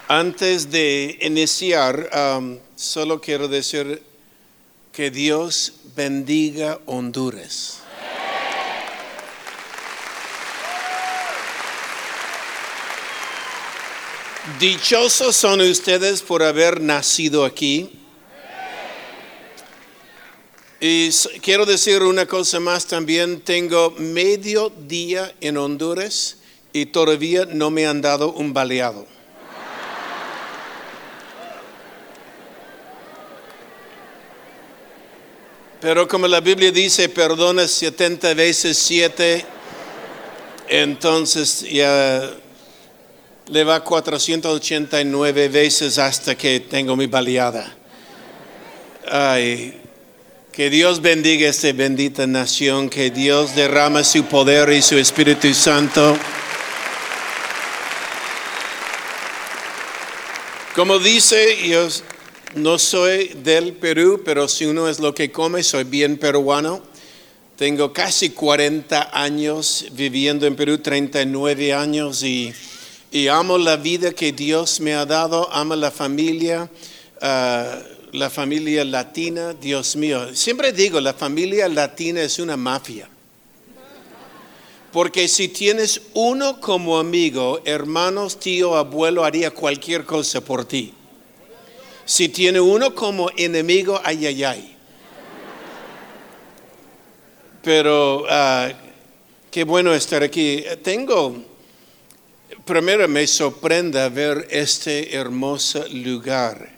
Antes de iniciar, solo quiero decir que Dios bendiga Honduras. Dichosos son ustedes por haber nacido aquí. Y quiero decir una cosa más también. Tengo medio día en Honduras y todavía no me han dado un baleado. Pero como la Biblia dice, perdona 70 veces 7, entonces ya le va 489 veces hasta que tengo mi baleada. Ay, que Dios bendiga esta bendita nación, que Dios derrame su poder y su Espíritu Santo. Como dice, yo no soy del Perú, pero si uno es lo que come, soy bien peruano. Tengo casi 40 años viviendo en Perú, 39 años y amo la vida que Dios me ha dado, amo la familia latina, Dios mío. Siempre digo, la familia latina es una mafia. Porque si tienes uno como amigo, hermanos, tío, abuelo, haría cualquier cosa por ti. Si tiene uno como enemigo, ay, ay, ay. Pero qué bueno estar aquí. Primero me sorprende ver este hermoso lugar.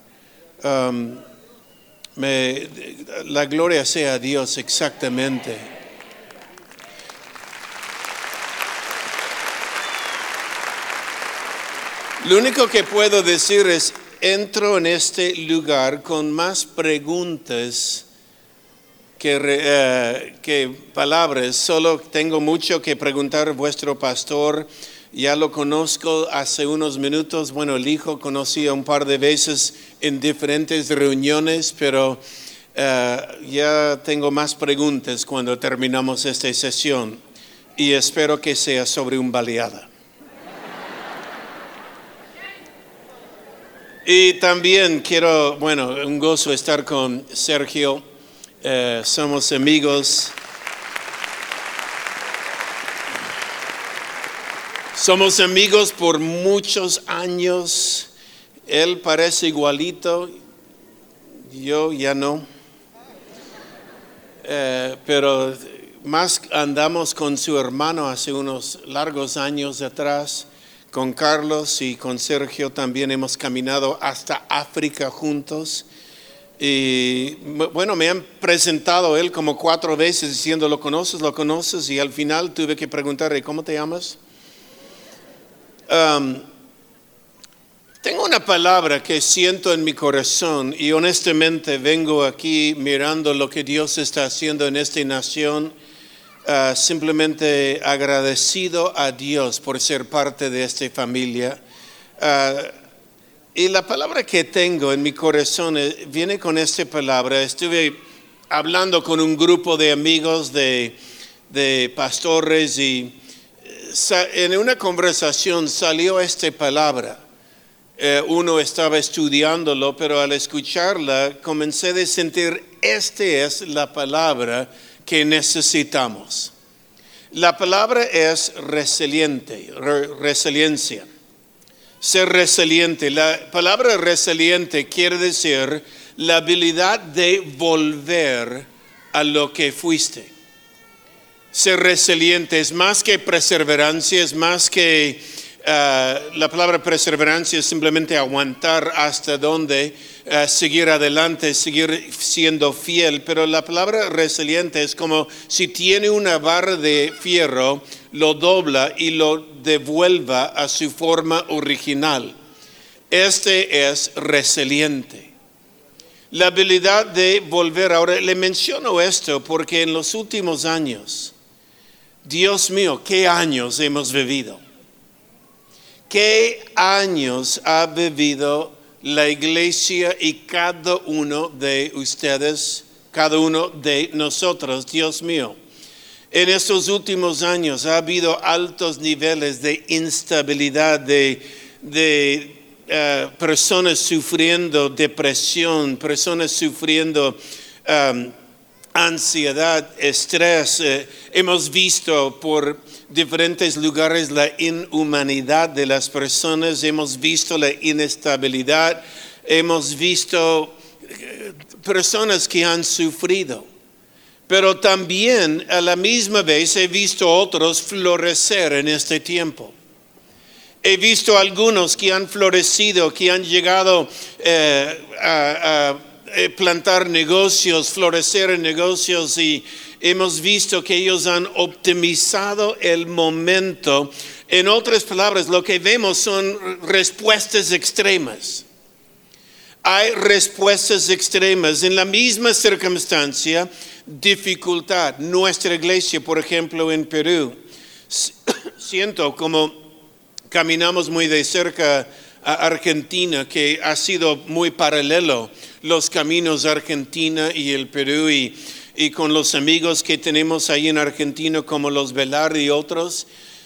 La gloria sea a Dios, exactamente. Lo único que puedo decir es, entro en este lugar con más preguntas que palabras. Solo tengo mucho que preguntar a vuestro pastor. Ya lo conozco hace unos minutos. Bueno, el hijo conocí un par de veces en diferentes reuniones, pero ya tengo más preguntas cuando terminamos esta sesión. Y espero que sea sobre un baleada. Y también un gozo estar con Sergio. Somos amigos. Somos amigos por muchos años. Él parece igualito. Yo ya no. Pero más andamos con su hermano hace unos largos años atrás. Con Carlos y con Sergio también hemos caminado hasta África juntos. Y bueno, me han presentado él como 4 veces diciendo, ¿lo conoces? Y al final tuve que preguntarle, ¿cómo te llamas? Tengo una palabra que siento en mi corazón y honestamente vengo aquí mirando lo que Dios está haciendo en esta nación. Simplemente agradecido a Dios por ser parte de esta familia. Y la palabra que tengo en mi corazón viene con esta palabra. Estuve hablando con un grupo de amigos de pastores y en una conversación salió esta palabra. Uno estaba estudiándolo, pero al escucharla comencé a sentir, esta es la palabra que necesitamos. La palabra es resiliencia. Ser resiliente. La palabra resiliente quiere decir la habilidad de volver a lo que fuiste. Ser resiliente es más que perseverancia, es más que la palabra perseverancia es simplemente aguantar hasta donde, seguir adelante, seguir siendo fiel. Pero la palabra resiliente es como si tiene una barra de fierro, lo dobla y lo devuelva a su forma original. Este es resiliente. La habilidad de volver. Ahora le menciono esto porque en los últimos años, Dios mío, ¿qué años hemos vivido? ¿Qué años ha vivido la iglesia y cada uno de ustedes, cada uno de nosotros? Dios mío, en estos últimos años ha habido altos niveles de instabilidad, de personas sufriendo depresión, personas sufriendo ansiedad, estrés. Hemos visto por diferentes lugares la inhumanidad de las personas, hemos visto la inestabilidad, hemos visto personas que han sufrido. Pero también a la misma vez he visto otros florecer en este tiempo. He visto algunos que han florecido, que han llegado a plantar negocios, florecer en negocios, y hemos visto que ellos han optimizado el momento. En otras palabras, lo que vemos son respuestas extremas. Hay respuestas extremas en la misma circunstancia, dificultad. Nuestra iglesia, por ejemplo, en Perú, siento como caminamos muy de cerca a Argentina, que ha sido muy paralelo los caminos de Argentina y el Perú, y con los amigos que tenemos ahí en Argentina, como los Velarde y otros,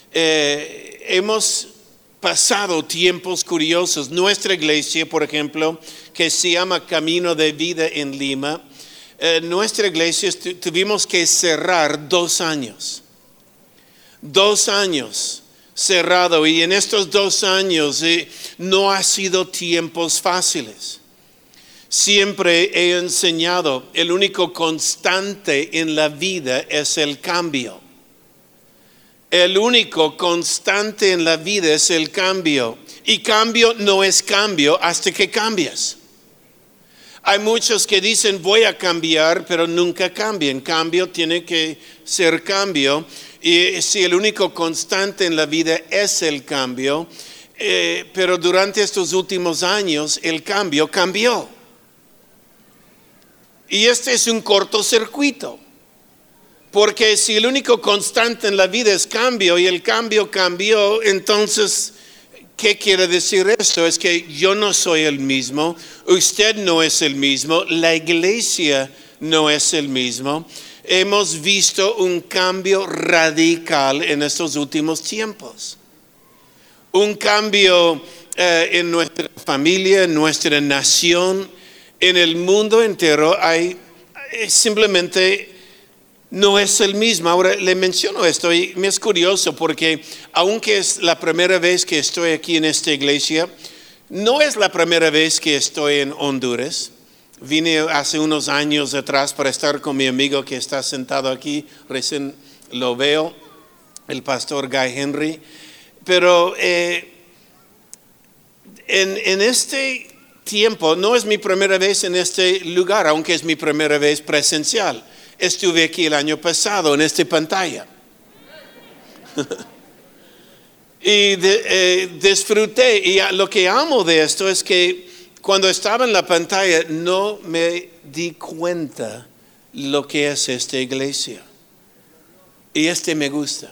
hemos pasado tiempos curiosos. Nuestra iglesia, por ejemplo, que se llama Camino de Vida en Lima, nuestra iglesia tuvimos que cerrar 2 años. 2 años cerrado, y en estos 2 años no ha sido tiempos fáciles. Siempre he enseñado, el único constante en la vida es el cambio. El único constante en la vida es el cambio. Y cambio no es cambio hasta que cambias. Hay muchos que dicen voy a cambiar, pero nunca cambian. Cambio tiene que ser cambio. Y si el único constante en la vida es el cambio, pero durante estos últimos años el cambio cambió. Y este es un cortocircuito. Porque si el único constante en la vida es cambio y el cambio cambió, entonces, ¿qué quiere decir esto? Es que yo no soy el mismo, usted no es el mismo, la iglesia no es el mismo. Hemos visto un cambio radical en estos últimos tiempos. Un cambio en nuestra familia, en nuestra nación, en el mundo entero. Simplemente no es el mismo. Ahora le menciono esto y me es curioso porque aunque es la primera vez que estoy aquí en esta iglesia, no es la primera vez que estoy en Honduras. Vine hace unos años atrás para estar con mi amigo que está sentado aquí, recién lo veo, el pastor Guy Henry. Pero en este tiempo, no es mi primera vez en este lugar, aunque es mi primera vez presencial. Estuve aquí el año pasado en esta pantalla. Y disfruté, y lo que amo de esto es que cuando estaba en la pantalla no me di cuenta lo que es esta iglesia. Y me gusta.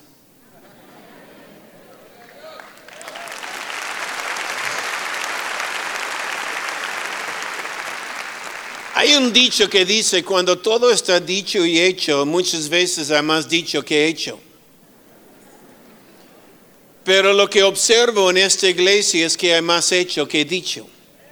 Hay un dicho que dice, cuando todo está dicho y hecho, muchas veces hay más dicho que hecho. Pero lo que observo en esta iglesia es que hay más hecho que dicho.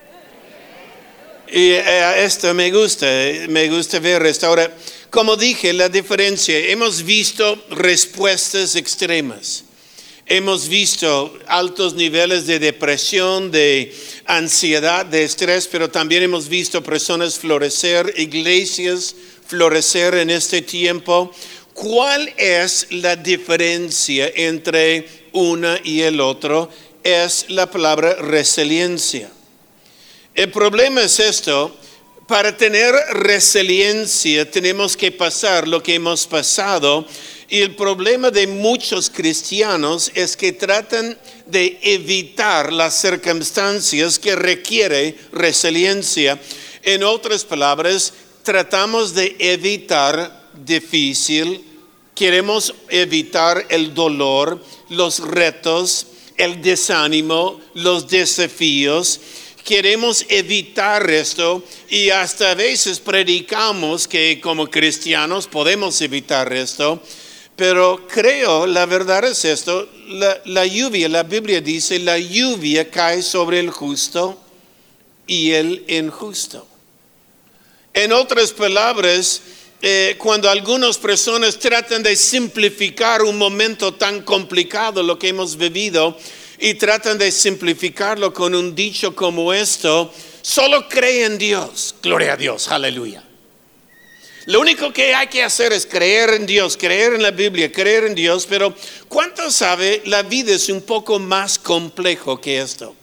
Y esto me gusta ver esto. Ahora, como dije, la diferencia, hemos visto respuestas extremas. Hemos visto altos niveles de depresión, de ansiedad, de estrés, pero también hemos visto personas florecer, iglesias florecer en este tiempo. ¿Cuál es la diferencia entre una y el otro? Es la palabra resiliencia. El problema es esto: para tener resiliencia tenemos que pasar lo que hemos pasado. Y el problema de muchos cristianos es que tratan de evitar las circunstancias que requieren resiliencia. En otras palabras, tratamos de evitar difícil, queremos evitar el dolor, los retos, el desánimo, los desafíos. Queremos evitar esto y hasta a veces predicamos que como cristianos podemos evitar esto. Pero creo, la verdad es esto, la lluvia, la Biblia dice, la lluvia cae sobre el justo y el injusto. En otras palabras, cuando algunas personas tratan de simplificar un momento tan complicado, lo que hemos vivido, y tratan de simplificarlo con un dicho como esto, solo cree en Dios. Gloria a Dios, aleluya. Lo único que hay que hacer es creer en Dios, creer en la Biblia, creer en Dios, pero ¿cuánto sabe? La vida es un poco más complejo que esto.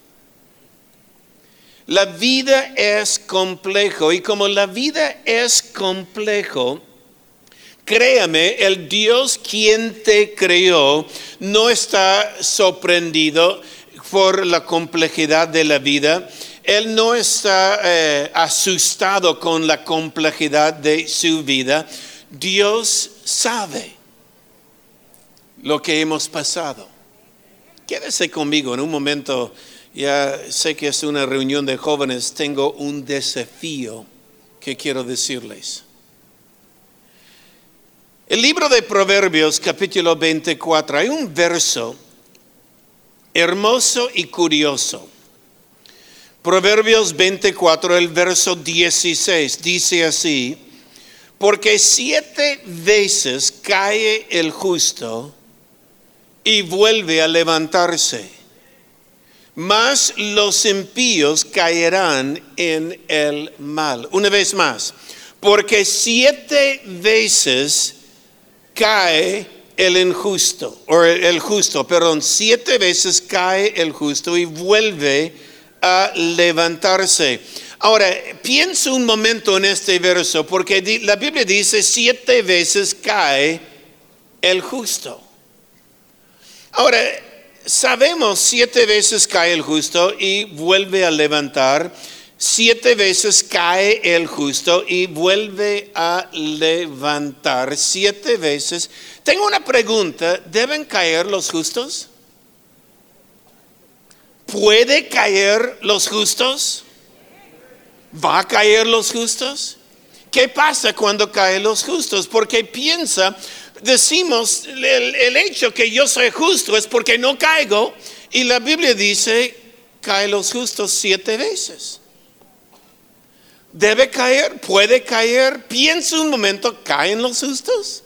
La vida es complejo y como la vida es complejo, créame, el Dios quien te creó no está sorprendido por la complejidad de la vida. Él no está asustado con la complejidad de su vida. Dios sabe lo que hemos pasado. Quédese conmigo en un momento. Ya sé que es una reunión de jóvenes. Tengo un desafío que quiero decirles. El libro de Proverbios, capítulo 24, hay un verso hermoso y curioso. Proverbios 24, el verso 16, dice así: porque 7 veces cae el justo y vuelve a levantarse, mas los impíos caerán en el mal. Una vez más, porque 7 veces cae el injusto, o el justo, perdón, 7 veces cae el justo y vuelve a levantarse. Ahora, piensa un momento en este verso, porque la Biblia dice 7 veces cae el justo. Ahora, sabemos 7 veces cae el justo y vuelve a levantar. 7 veces cae el justo y vuelve a levantar. 7 veces. Tengo una pregunta: ¿deben caer los justos? ¿Puede caer los justos? ¿Va a caer los justos? ¿Qué pasa cuando caen los justos? Porque decimos, el hecho que yo soy justo es porque no caigo, y la Biblia dice, caen los justos 7 veces. ¿Debe caer? ¿Puede caer? Piensa un momento, ¿caen los justos?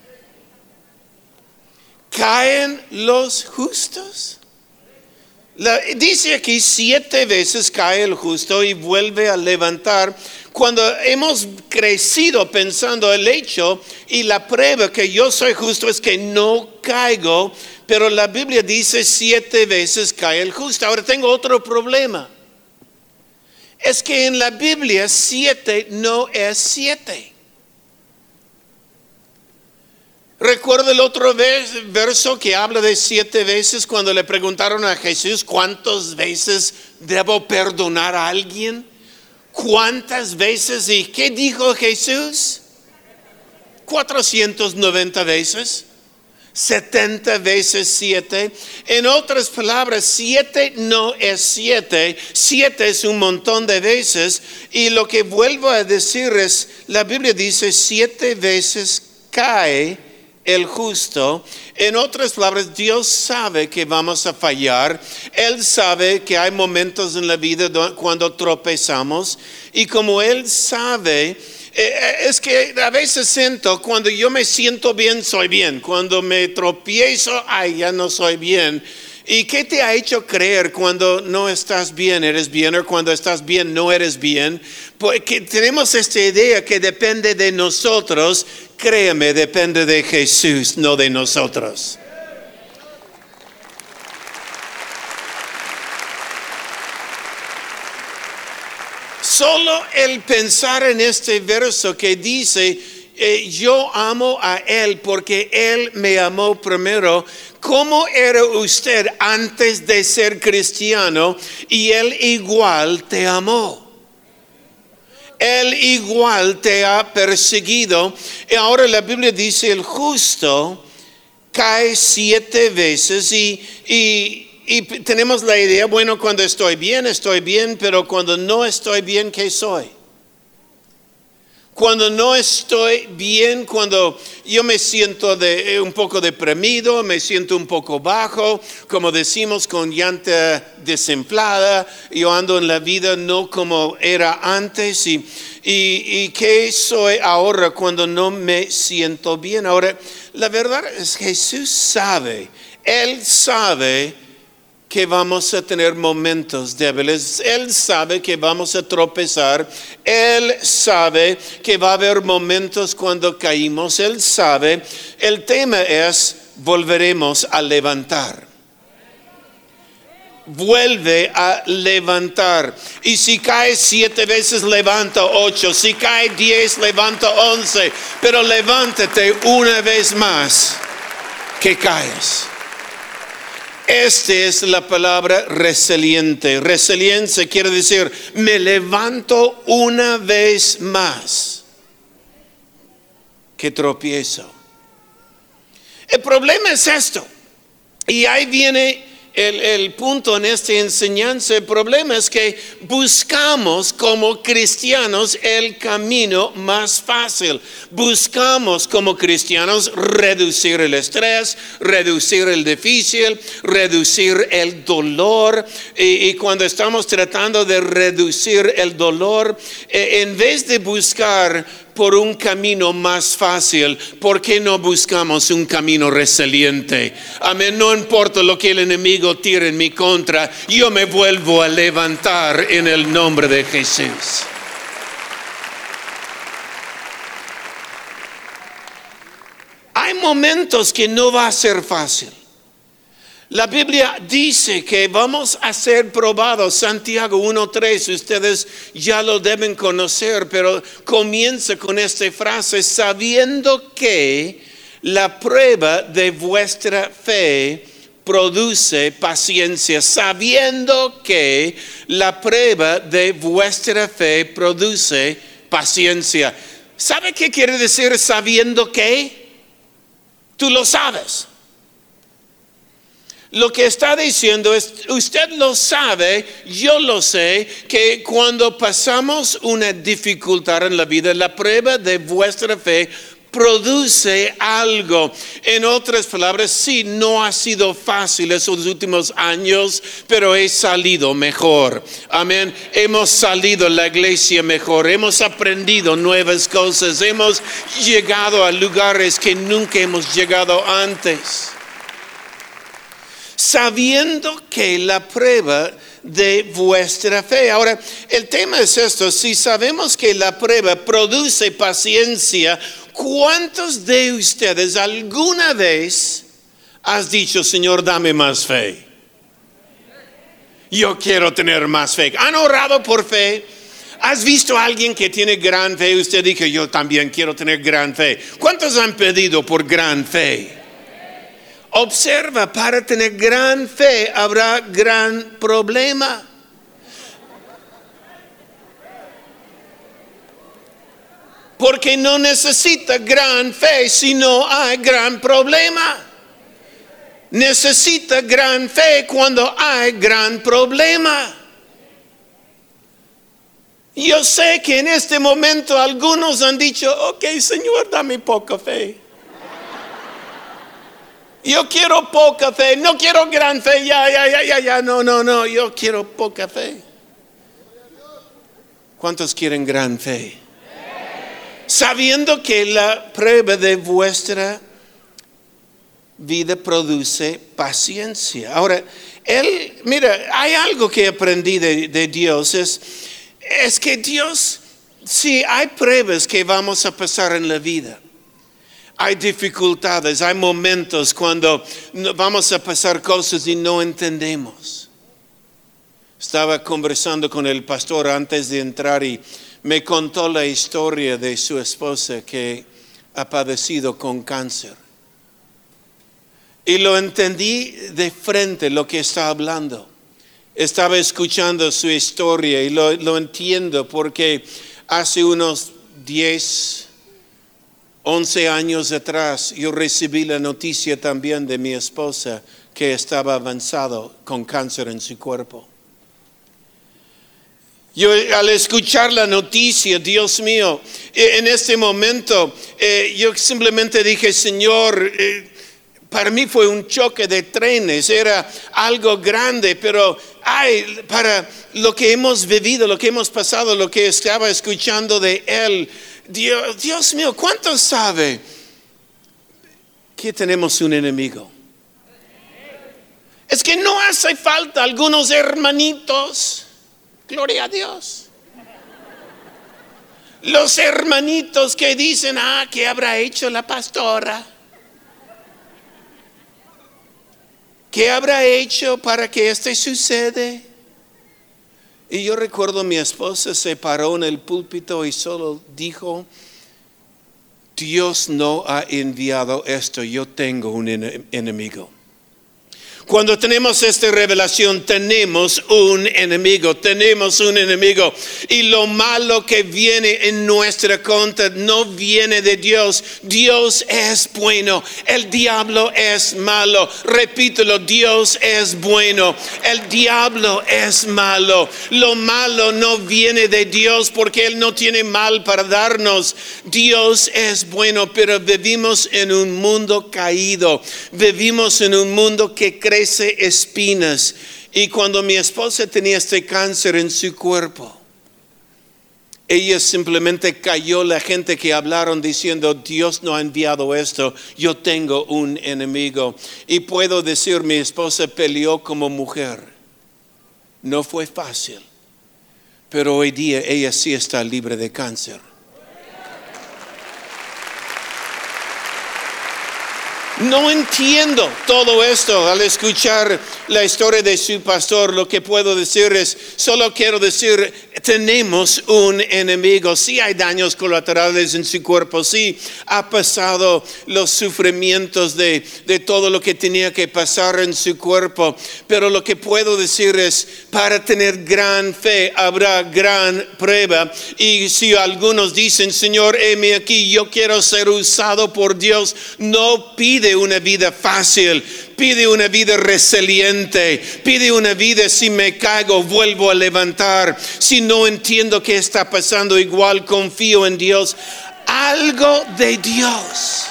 ¿Caen los justos? Dice aquí 7 veces cae el justo y vuelve a levantar. Cuando hemos crecido pensando el hecho y la prueba que yo soy justo es que no caigo, pero la Biblia dice 7 veces cae el justo. Ahora tengo otro problema. Es que en la Biblia 7 no es 7. Recuerda el otro verso que habla de 7 veces cuando le preguntaron a Jesús: ¿cuántas veces debo perdonar a alguien? ¿Cuántas veces? ¿Y qué dijo Jesús? 490 veces. 70 veces 7. En otras palabras, 7 no es 7. 7 es un montón de veces. Y lo que vuelvo a decir es, la Biblia dice 7 veces cae el justo. En otras palabras, Dios sabe que vamos a fallar. Él sabe que hay momentos en la vida cuando tropezamos. Y como Él sabe, es que a veces siento, cuando yo me siento bien, soy bien. Cuando me tropiezo, ya no soy bien. ¿Y qué te ha hecho creer cuando no estás bien, eres bien? O cuando estás bien, no eres bien. Porque tenemos esta idea que depende de nosotros. Créeme, depende de Jesús, no de nosotros. Solo el pensar en este verso que dice, yo amo a Él porque Él me amó primero. ¿Cómo era usted antes de ser cristiano? Y Él igual te amó. Él igual te ha perseguido. Y ahora la Biblia dice, el justo cae 7 veces y tenemos la idea, bueno, cuando estoy bien, pero cuando no estoy bien, ¿qué soy? Cuando no estoy bien, cuando yo me siento un poco deprimido, me siento un poco bajo, como decimos, con llanta desinflada, yo ando en la vida no como era antes. ¿Y qué soy ahora cuando no me siento bien? Ahora, la verdad es que Jesús sabe, Él sabe que vamos a tener momentos débiles. Él sabe que vamos a tropezar. Él sabe que va a haber momentos cuando caímos. Él sabe. El tema es, volveremos a levantar. Vuelve a levantar. Y si cae 7 veces, levanta 8. Si cae 10, levanta 11. Pero levántate una vez más que caes. Esta es la palabra resiliente. Resiliencia quiere decir, me levanto una vez más que tropiezo. El problema es esto. Y ahí viene el punto en esta enseñanza. El problema es que buscamos como cristianos el camino más fácil. Buscamos como cristianos reducir el estrés, reducir el difícil, reducir el dolor. Y cuando estamos tratando de reducir el dolor, en vez de buscar por un camino más fácil, ¿por qué no buscamos un camino resiliente? Amén. No importa lo que el enemigo tire en mi contra, yo me vuelvo a levantar en el nombre de Jesús. Hay momentos que no va a ser fácil. La Biblia dice que vamos a ser probados. Santiago 1:3, ustedes ya lo deben conocer, pero comienza con esta frase: sabiendo que la prueba de vuestra fe produce paciencia. Sabiendo que la prueba de vuestra fe produce paciencia. ¿Sabe qué quiere decir sabiendo que? Tú lo sabes. Lo que está diciendo es, usted lo sabe, yo lo sé, que cuando pasamos una dificultad en la vida, la prueba de vuestra fe produce algo. En otras palabras, sí, no ha sido fácil esos últimos años, pero he salido mejor. Amén. Hemos salido a la iglesia mejor, hemos aprendido nuevas cosas, hemos llegado a lugares que nunca hemos llegado antes. Sabiendo que la prueba de vuestra fe. Ahora, el tema es esto: si sabemos que la prueba produce paciencia, ¿cuántos de ustedes alguna vez has dicho, Señor, dame más fe? Yo quiero tener más fe. ¿Han orado por fe? ¿Has visto a alguien que tiene gran fe? Usted dice, yo también quiero tener gran fe. ¿Cuántos han pedido por gran fe? Observa, para tener gran fe habrá gran problema. Porque no necesita gran fe si no hay gran problema. Necesita gran fe cuando hay gran problema. Yo sé que en este momento algunos han dicho, ok, Señor, dame poca fe. Yo quiero poca fe, no quiero gran fe, no, yo quiero poca fe. ¿Cuántos quieren gran fe? Sabiendo que la prueba de vuestra vida produce paciencia. Ahora, mira, hay algo que aprendí de Dios, es que Dios, sí, hay pruebas que vamos a pasar en la vida. Hay dificultades, hay momentos cuando vamos a pasar cosas y no entendemos. Estaba conversando con el pastor antes de entrar y me contó la historia de su esposa que ha padecido con cáncer. Y lo entendí de frente lo que está hablando. Estaba escuchando su historia y lo entiendo porque hace unos 11 años atrás yo recibí la noticia también de mi esposa que estaba avanzado con cáncer en su cuerpo. Yo al escuchar la noticia, Dios mío, en este momento yo simplemente dije, Señor, para mí fue un choque de trenes, era algo grande, pero para lo que hemos vivido, lo que hemos pasado, lo que estaba escuchando de Él, Dios mío, ¿cuántos sabe que tenemos un enemigo? Es que no hace falta algunos hermanitos, gloria a Dios. Los hermanitos que dicen, ¿qué habrá hecho la pastora? ¿Qué habrá hecho para que esto suceda? Y yo recuerdo mi esposa se paró en el púlpito y solo dijo, Dios no ha enviado esto, yo tengo un enemigo. Cuando tenemos esta revelación, tenemos un enemigo. Y lo malo que viene en nuestra contra no viene de Dios. Dios es bueno, el diablo es malo. Repítelo, Dios es bueno, el diablo es malo. Lo malo no viene de Dios porque Él no tiene mal para darnos. Dios es bueno, pero vivimos en un mundo caído. Vivimos en un mundo que crece espinas. Y cuando mi esposa tenía este cáncer en su cuerpo, ella simplemente cayó. La gente que hablaron diciendo, Dios no ha enviado esto, yo tengo un enemigo. Y puedo decir, mi esposa peleó como mujer. No fue fácil, pero hoy día ella sí está libre de cáncer. No entiendo todo esto al escuchar la historia de su pastor. Lo que puedo decir es, solo quiero decir, tenemos un enemigo. Sí hay daños colaterales en su cuerpo, sí ha pasado los sufrimientos de todo lo que tenía que pasar en su cuerpo. Pero lo que puedo decir es, para tener gran fe habrá gran prueba. Y si algunos dicen, Señor, heme aquí, yo quiero ser usado por Dios, no pide una vida fácil, pide una vida resiliente, pide una vida, si me caigo vuelvo a levantar, si no entiendo qué está pasando, igual confío en Dios. Algo de Dios.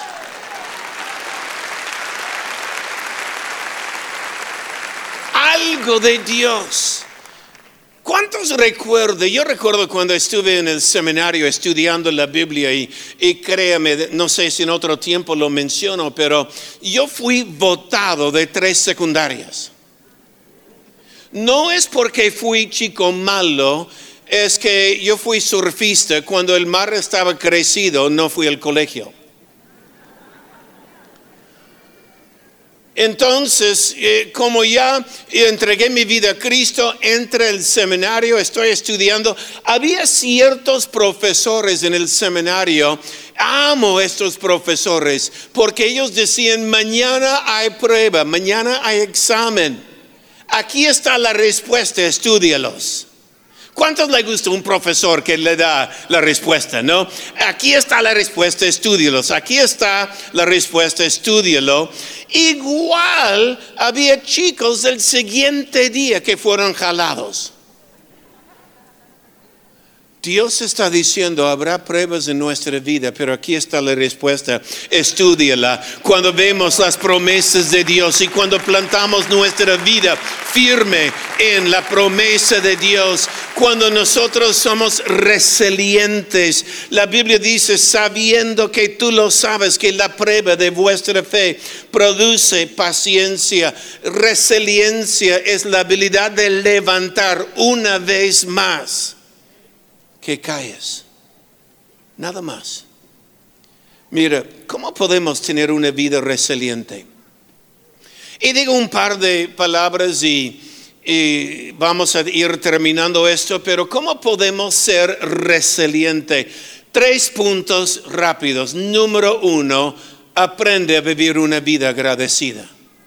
Algo de Dios. ¿Cuántos recuerdan? Yo recuerdo cuando estuve en el seminario estudiando la Biblia y créame, no sé si en otro tiempo lo menciono, pero yo fui votado de 3 secundarias. No es porque fui chico malo, es que yo fui surfista. Cuando el mar estaba crecido, no fui al colegio. Entonces, como ya entregué mi vida a Cristo, entré al seminario, estoy estudiando. Había ciertos profesores en el seminario. Amo estos profesores porque ellos decían, mañana hay prueba, mañana hay examen. Aquí está la respuesta, estúdialos. ¿Cuántos le gusta un profesor que le da la respuesta, no? Aquí está la respuesta, estúdialos. Aquí está la respuesta, estúdialo. Igual había chicos del siguiente día que fueron jalados. Dios está diciendo, habrá pruebas en nuestra vida, pero aquí está la respuesta, estúdiala. Cuando vemos las promesas de Dios y cuando plantamos nuestra vida firme en la promesa de Dios, cuando nosotros somos resilientes, la Biblia dice, sabiendo que tú lo sabes, que la prueba de vuestra fe produce paciencia. Resiliencia es la habilidad de levantar una vez más que caes, nada más. Mira, ¿cómo podemos tener una vida resiliente? Y digo un par de palabras y vamos a ir terminando esto, pero ¿cómo podemos ser resilientes? 3 puntos rápidos. Número 1, aprende a vivir una vida agradecida.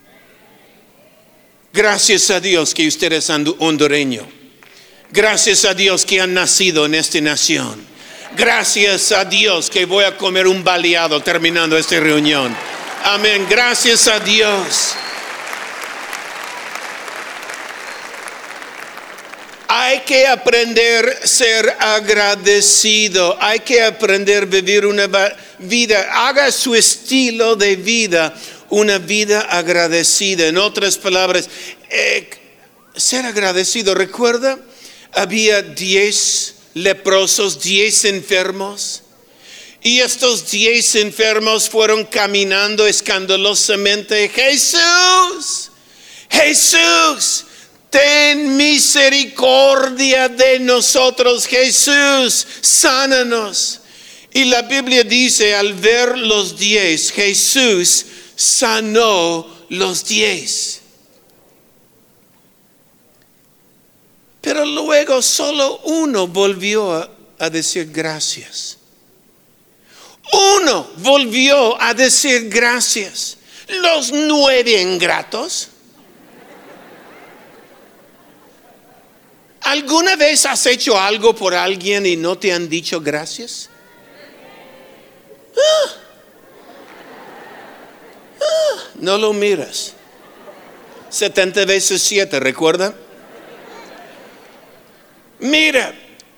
Gracias a Dios que usted es hondureño. Gracias a Dios que han nacido en esta nación. Gracias a Dios que voy a comer un baleado terminando esta reunión. Amén. Gracias a Dios. Hay que aprender a ser agradecido. Hay que aprender a vivir una vida. Haga su estilo de vida una vida agradecida. En otras palabras, ser agradecido. ¿Recuerda? Había 10 leprosos, 10 enfermos. Y estos 10 enfermos fueron caminando escandalosamente. Jesús, Jesús, ten misericordia de nosotros. Jesús, sánanos. Y la Biblia dice, al ver los 10, Jesús sanó los 10. Pero luego solo uno volvió a decir gracias. Uno volvió a decir gracias. Los 9 ingratos. ¿Alguna vez has hecho algo por alguien y no te han dicho gracias? No lo miras. 70 veces 7, ¿recuerda? Mira,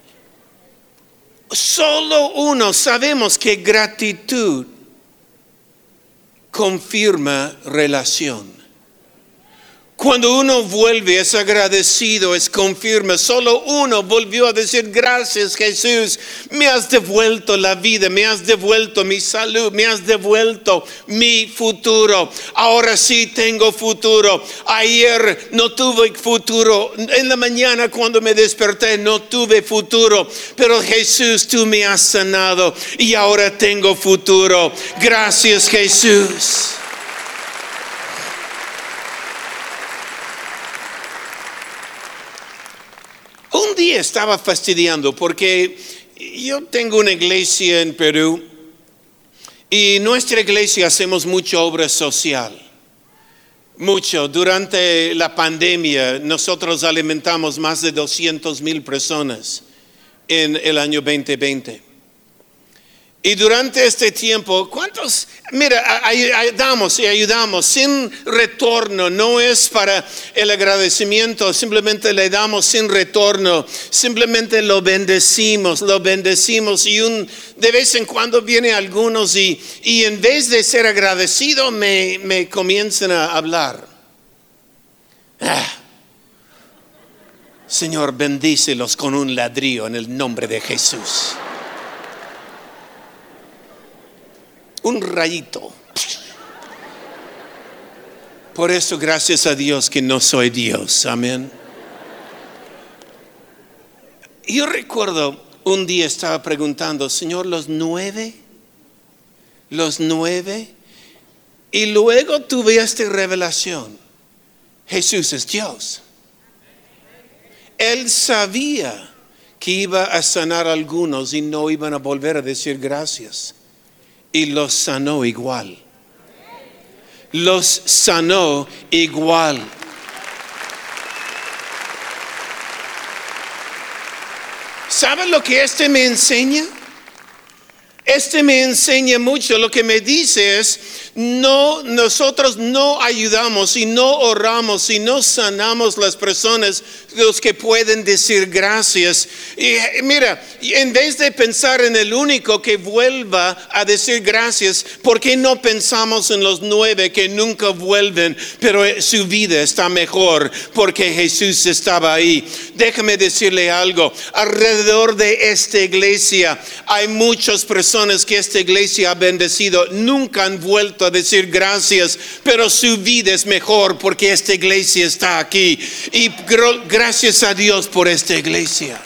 solo uno sabemos que gratitud confirma relación. Cuando uno vuelve, es agradecido, es confirma. Solo uno volvió a decir gracias, Jesús. Me has devuelto la vida, me has devuelto mi salud, me has devuelto mi futuro. Ahora sí tengo futuro. Ayer no tuve futuro. En la mañana cuando me desperté no tuve futuro. Pero Jesús, tú me has sanado y ahora tengo futuro. Gracias, Jesús. Un día estaba fastidiando porque yo tengo una iglesia en Perú y en nuestra iglesia hacemos mucha obra social. Mucho. Durante la pandemia nosotros alimentamos más de 200,000 personas en el año 2020. Y durante este tiempo, ¿cuántos? Mira, damos y ayudamos sin retorno. No es para el agradecimiento, simplemente le damos sin retorno. Simplemente lo bendecimos. Y de vez en cuando vienen algunos y en vez de ser agradecido me comienzan a hablar. Señor, bendícelos con un ladrillo en el nombre de Jesús. Un rayito. Por eso, gracias a Dios que no soy Dios. Amén. Yo recuerdo un día estaba preguntando, Señor, los 9. Y luego tuve esta revelación. Jesús es Dios. Él sabía que iba a sanar a algunos y no iban a volver a decir gracias. Y los sanó igual. Los sanó igual. ¿Saben lo que me enseña? Me enseña mucho. Lo que me dice es, nosotros no ayudamos y no oramos y no sanamos las personas, los que pueden decir gracias. Y mira, en vez de pensar en el único que vuelva a decir gracias, ¿por qué no pensamos en los 9 que nunca vuelven, pero su vida está mejor porque Jesús estaba ahí? Déjame decirle algo. Alrededor de esta iglesia hay muchas personas que esta iglesia ha bendecido, nunca han vuelto a decir gracias, pero su vida es mejor porque esta iglesia está aquí. Y gracias a Dios por esta iglesia.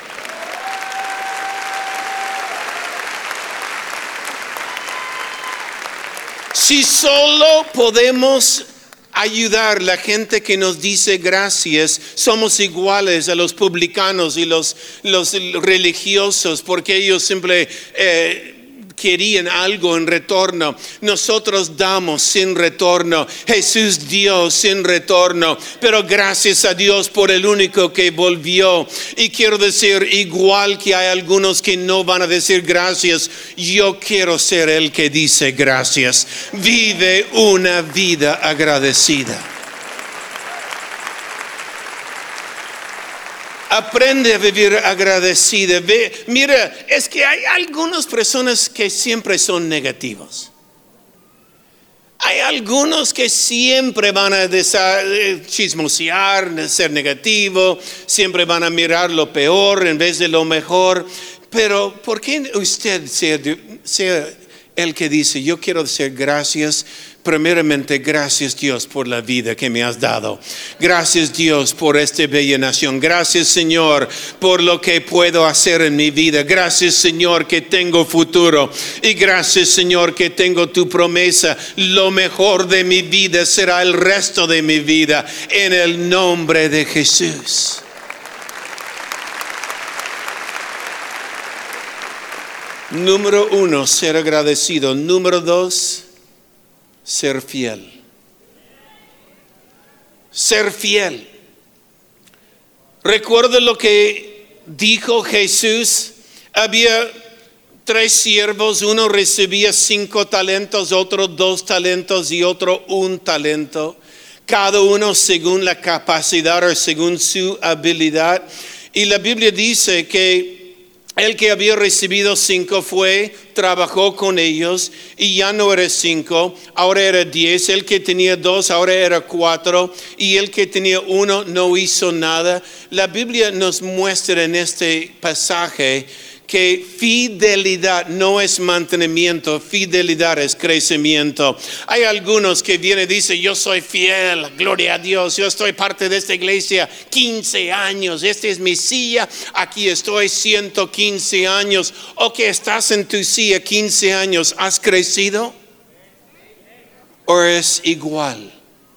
Si solo podemos ayudar la gente que nos dice gracias, somos iguales a los publicanos y los religiosos, porque ellos siempre querían algo en retorno. Nosotros damos sin retorno. Jesús dio sin retorno, pero gracias a Dios por el único que volvió. Y quiero decir, igual que hay algunos que no van a decir gracias, yo quiero ser el que dice gracias. Vive una vida agradecida. Aprende a vivir agradecida. Mira, es que hay algunas personas que siempre son negativos. Hay algunos que siempre van a chismosear, ser negativo, siempre van a mirar lo peor en vez de lo mejor. Pero ¿por qué usted sea el que dice, yo quiero decir gracias? Primeramente, gracias Dios por la vida que me has dado. Gracias Dios por esta bella nación. Gracias Señor por lo que puedo hacer en mi vida. Gracias Señor que tengo futuro. Y gracias Señor que tengo tu promesa. Lo mejor de mi vida será el resto de mi vida. En el nombre de Jesús. Número 1, ser agradecido. Número 2, ser fiel. Ser fiel. Recuerda lo que dijo Jesús. Había 3 siervos. Uno recibía 5 talentos, otro 2 talentos y otro 1 talento. Cada uno según la capacidad o según su habilidad. Y la Biblia dice que el que había recibido 5 trabajó con ellos y ya no era 5, ahora era 10. El que tenía 2, ahora era 4. Y el que tenía 1 no hizo nada. La Biblia nos muestra en este pasaje que fidelidad no es mantenimiento, fidelidad es crecimiento. Hay algunos que vienen y dicen, yo soy fiel, gloria a Dios, yo estoy parte de esta iglesia 15 años, esta es mi silla, aquí estoy 115 años. O que estás en tu silla 15 años, ¿has crecido? ¿O es igual?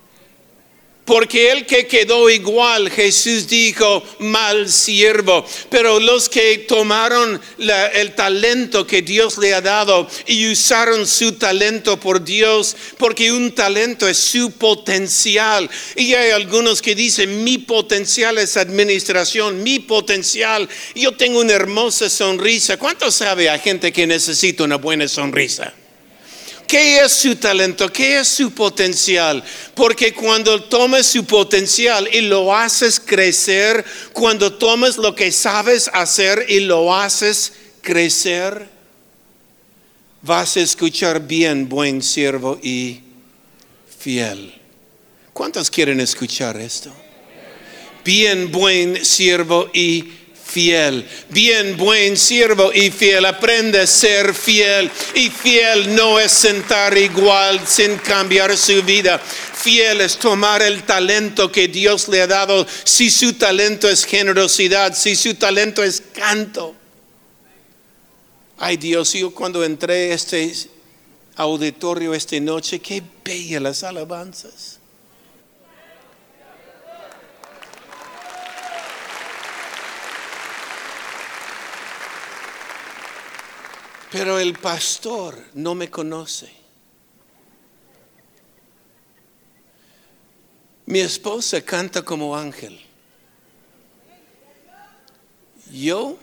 Porque el que quedó igual, Jesús dijo, mal siervo. Pero los que tomaron el talento que Dios le ha dado y usaron su talento por Dios, porque un talento es su potencial. Y hay algunos que dicen, mi potencial es administración, mi potencial, yo tengo una hermosa sonrisa. ¿Cuánto sabe hay gente que necesita una buena sonrisa? ¿Qué es su talento? ¿Qué es su potencial? Porque cuando tomas su potencial y lo haces crecer, cuando tomas lo que sabes hacer y lo haces crecer, vas a escuchar bien, buen siervo y fiel. ¿Cuántos quieren escuchar esto? Bien, buen siervo y fiel. Bien, buen siervo y fiel. Aprende a ser fiel. Y fiel no es sentar igual sin cambiar su vida. Fiel es tomar el talento que Dios le ha dado. Si su talento es generosidad, si su talento es canto. Ay Dios, yo cuando entré a este auditorio esta noche, qué bellas las alabanzas. Pero el pastor no me conoce. Mi esposa canta como ángel. Yo,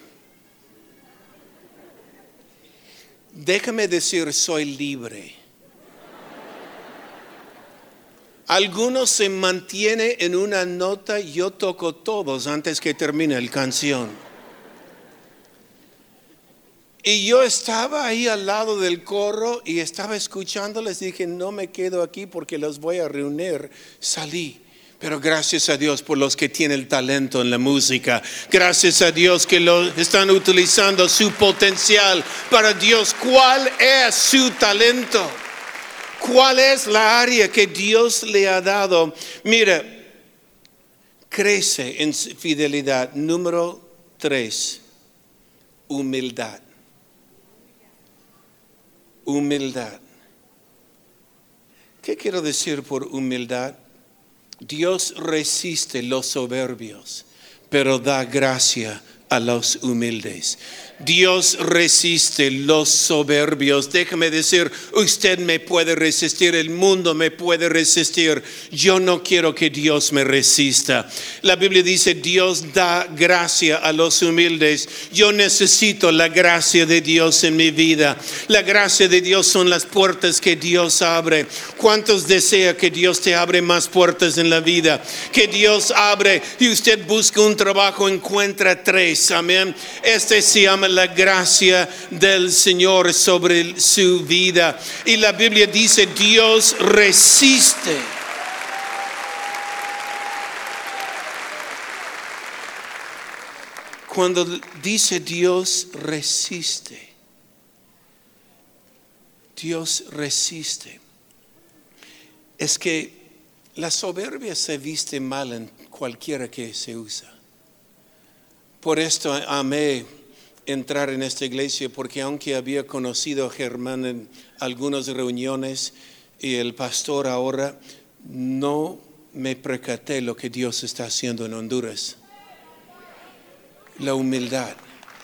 déjame decir, soy libre. Algunos se mantienen en una nota, yo toco todos antes que termine la canción. Y yo estaba ahí al lado del coro y estaba escuchándoles. Dije, no me quedo aquí porque los voy a reunir. Salí. Pero gracias a Dios por los que tienen el talento en la música. Gracias a Dios que están utilizando su potencial para Dios. ¿Cuál es su talento? ¿Cuál es la área que Dios le ha dado? Mira, crece en fidelidad. Número 3, humildad. Humildad. ¿Qué quiero decir por humildad? Dios resiste los soberbios, pero da gracia a los humildes. Dios resiste los soberbios. Déjame decir, usted me puede resistir, el mundo me puede resistir. Yo no quiero que Dios me resista. La Biblia dice, Dios da gracia a los humildes. Yo necesito la gracia de Dios en mi vida. La gracia de Dios son las puertas que Dios abre. ¿Cuántos desea que Dios te abre más puertas en la vida? Que Dios abre y usted busca un trabajo, encuentra 3. Amén. Este se llama la gracia del Señor sobre su vida. Y la Biblia dice, Dios resiste. Cuando dice Dios resiste, Dios resiste. Es que la soberbia se viste mal en cualquiera que se usa. Por esto amé entrar en esta iglesia, porque aunque había conocido a Germán en algunas reuniones y el pastor ahora, no me percaté lo que Dios está haciendo en Honduras. La humildad.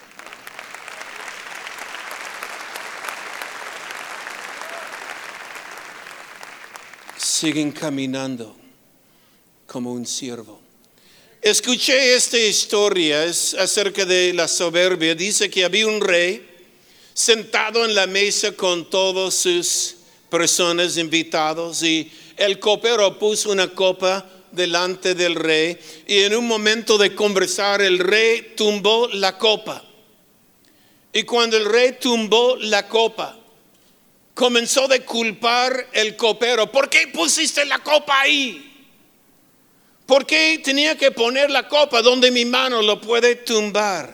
Siguen caminando como un siervo. Escuché esta historia, es acerca de la soberbia. Dice que había un rey sentado en la mesa con todas sus personas invitados, y el copero puso una copa delante del rey, y en un momento de conversar el rey tumbó la copa. Y cuando el rey tumbó la copa, comenzó a culpar el copero. ¿Por qué pusiste la copa ahí? ¿Por qué tenía que poner la copa donde mi mano lo puede tumbar?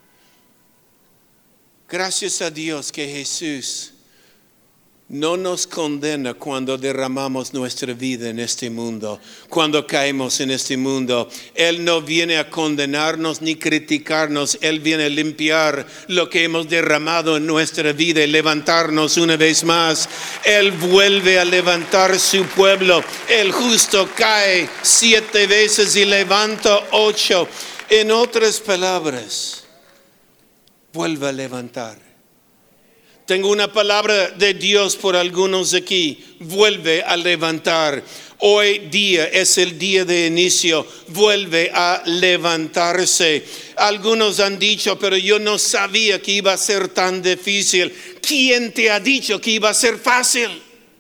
Gracias a Dios que Jesús no nos condena cuando derramamos nuestra vida en este mundo, cuando caemos en este mundo. Él no viene a condenarnos ni criticarnos. Él viene a limpiar lo que hemos derramado en nuestra vida y levantarnos una vez más. Él vuelve a levantar su pueblo. El justo cae 7 veces y levanta 8. En otras palabras, vuelve a levantar. Tengo una palabra de Dios por algunos aquí. Vuelve a levantar. Hoy día es el día de inicio. Vuelve a levantarse. Algunos han dicho, pero yo no sabía que iba a ser tan difícil. ¿Quién te ha dicho que iba a ser fácil?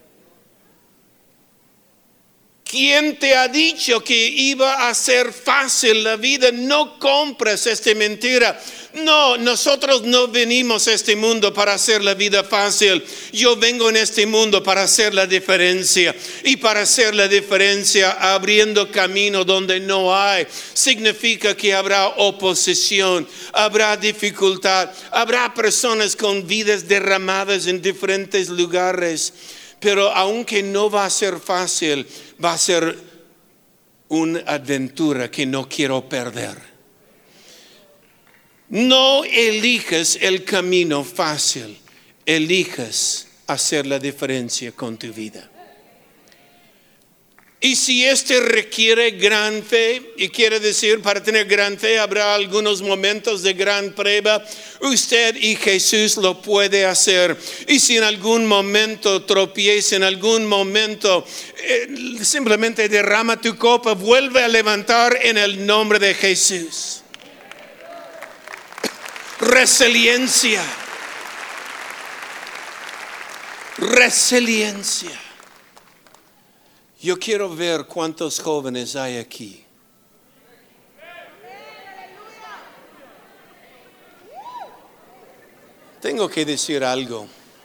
¿Quién te ha dicho que iba a ser fácil la vida? No compres esta mentira. No, nosotros no venimos a este mundo para hacer la vida fácil. Yo vengo en este mundo para hacer la diferencia. Y para hacer la diferencia, abriendo camino donde no hay, significa que habrá oposición, habrá dificultad, habrá personas con vidas derramadas en diferentes lugares. Pero aunque no va a ser fácil, va a ser una aventura que no quiero perder. No elijas el camino fácil, elijas hacer la diferencia con tu vida. Y si este requiere gran fe, y quiere decir, para tener gran fe habrá algunos momentos de gran prueba, usted y Jesús lo puede hacer. Y si en algún momento tropieza, en algún momento simplemente derrama tu copa, vuelve a levantar en el nombre de Jesús. Resiliencia. Resiliencia. Yo quiero ver cuántos jóvenes hay aquí. Tengo que decir algo.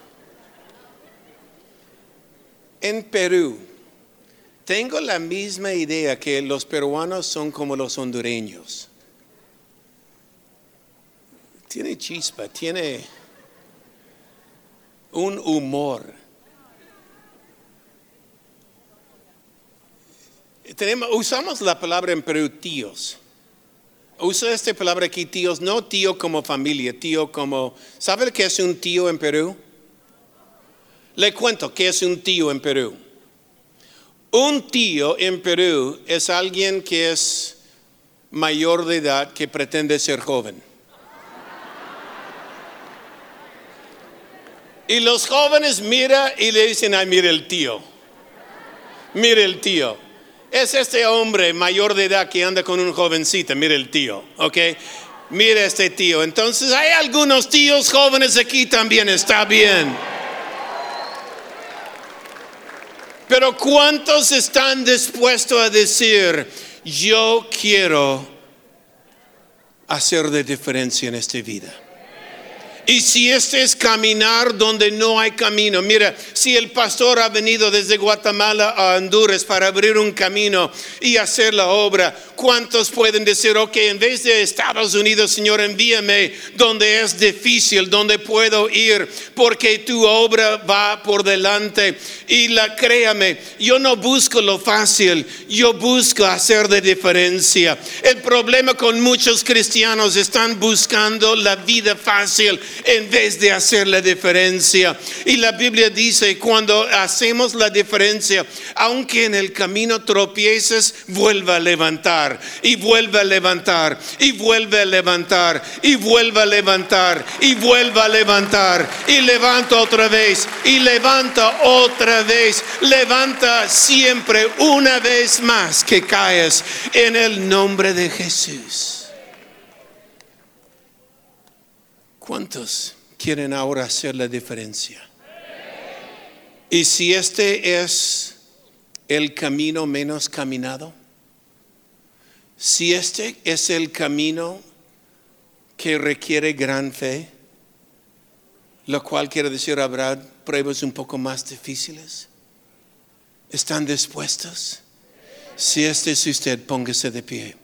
En Perú, tengo la misma idea que los peruanos son como los hondureños. Tiene chispa, tiene un humor. Usamos la palabra en Perú, tíos. Usa esta palabra aquí, tíos, no tío como familia, tío como... ¿Sabe qué es un tío en Perú? Le cuento qué es un tío en Perú. Un tío en Perú es alguien que es mayor de edad que pretende ser joven. Y los jóvenes miran y le dicen, ay, mire el tío. Mire el tío. Es este hombre mayor de edad que anda con un jovencito. Mire el tío, ¿ok? Mire este tío. Entonces hay algunos tíos jóvenes aquí también, está bien. Pero ¿cuántos están dispuestos a decir, yo quiero hacer de diferencia en esta vida? Y si este es caminar donde no hay camino. Mira, si el pastor ha venido desde Guatemala a Honduras para abrir un camino y hacer la obra, ¿cuántos pueden decir, ok, en vez de Estados Unidos, Señor, envíame donde es difícil, donde puedo ir, porque tu obra va por delante? Y créame, yo no busco lo fácil, yo busco hacer de diferencia. El problema con muchos cristianos, están buscando la vida fácil en vez de hacer la diferencia. Y la Biblia dice, cuando hacemos la diferencia, aunque en el camino tropieces, vuelva a levantar, y vuelve a levantar, y vuelve a levantar, y vuelve a levantar, y vuelve a levantar, y levanta otra vez, y levanta otra vez, levanta siempre, una vez más que caes, en el nombre de Jesús. ¿Cuántos quieren ahora hacer la diferencia? Y si este es el camino menos caminado, si este es el camino que requiere gran fe, lo cual quiere decir habrá pruebas un poco más difíciles, ¿están dispuestos? Si este es usted, póngase de pie.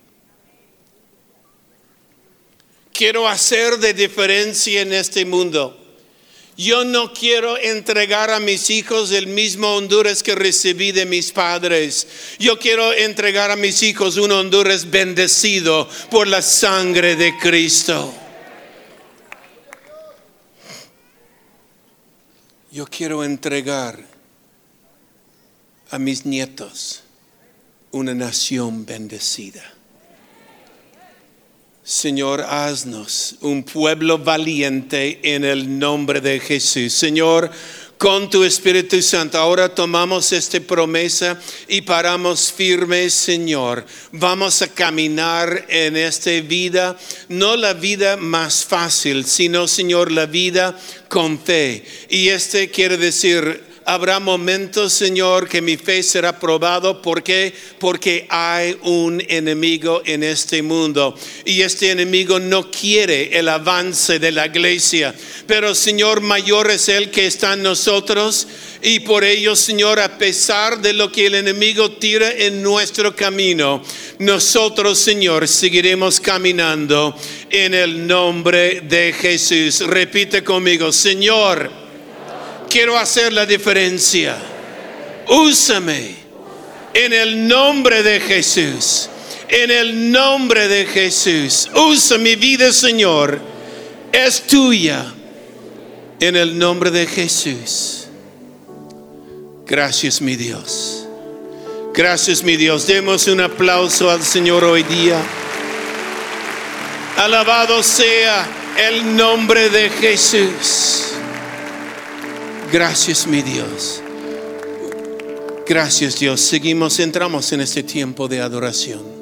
Quiero hacer de diferencia en este mundo. Yo no quiero entregar a mis hijos el mismo Honduras que recibí de mis padres. Yo quiero entregar a mis hijos un Honduras bendecido por la sangre de Cristo. Yo quiero entregar a mis nietos una nación bendecida. Señor, haznos un pueblo valiente en el nombre de Jesús. Señor, con tu Espíritu Santo, ahora tomamos esta promesa y paramos firmes, Señor. Vamos a caminar en esta vida, no la vida más fácil, sino, Señor, la vida con fe. Y quiere decir, habrá momentos, Señor, que mi fe será probado. ¿Por qué? Porque hay un enemigo en este mundo. Y este enemigo no quiere el avance de la iglesia. Pero, Señor, mayor es el que está en nosotros. Y por ello, Señor, a pesar de lo que el enemigo tira en nuestro camino, nosotros, Señor, seguiremos caminando en el nombre de Jesús. Repite conmigo, Señor, quiero hacer la diferencia. Úsame en el nombre de Jesús. En el nombre de Jesús. Usa mi vida, Señor. Es tuya. En el nombre de Jesús. Gracias, mi Dios. Gracias, mi Dios. Demos un aplauso al Señor hoy día. Alabado sea el nombre de Jesús. Gracias, mi Dios. Gracias, Dios. Entramos en este tiempo de adoración.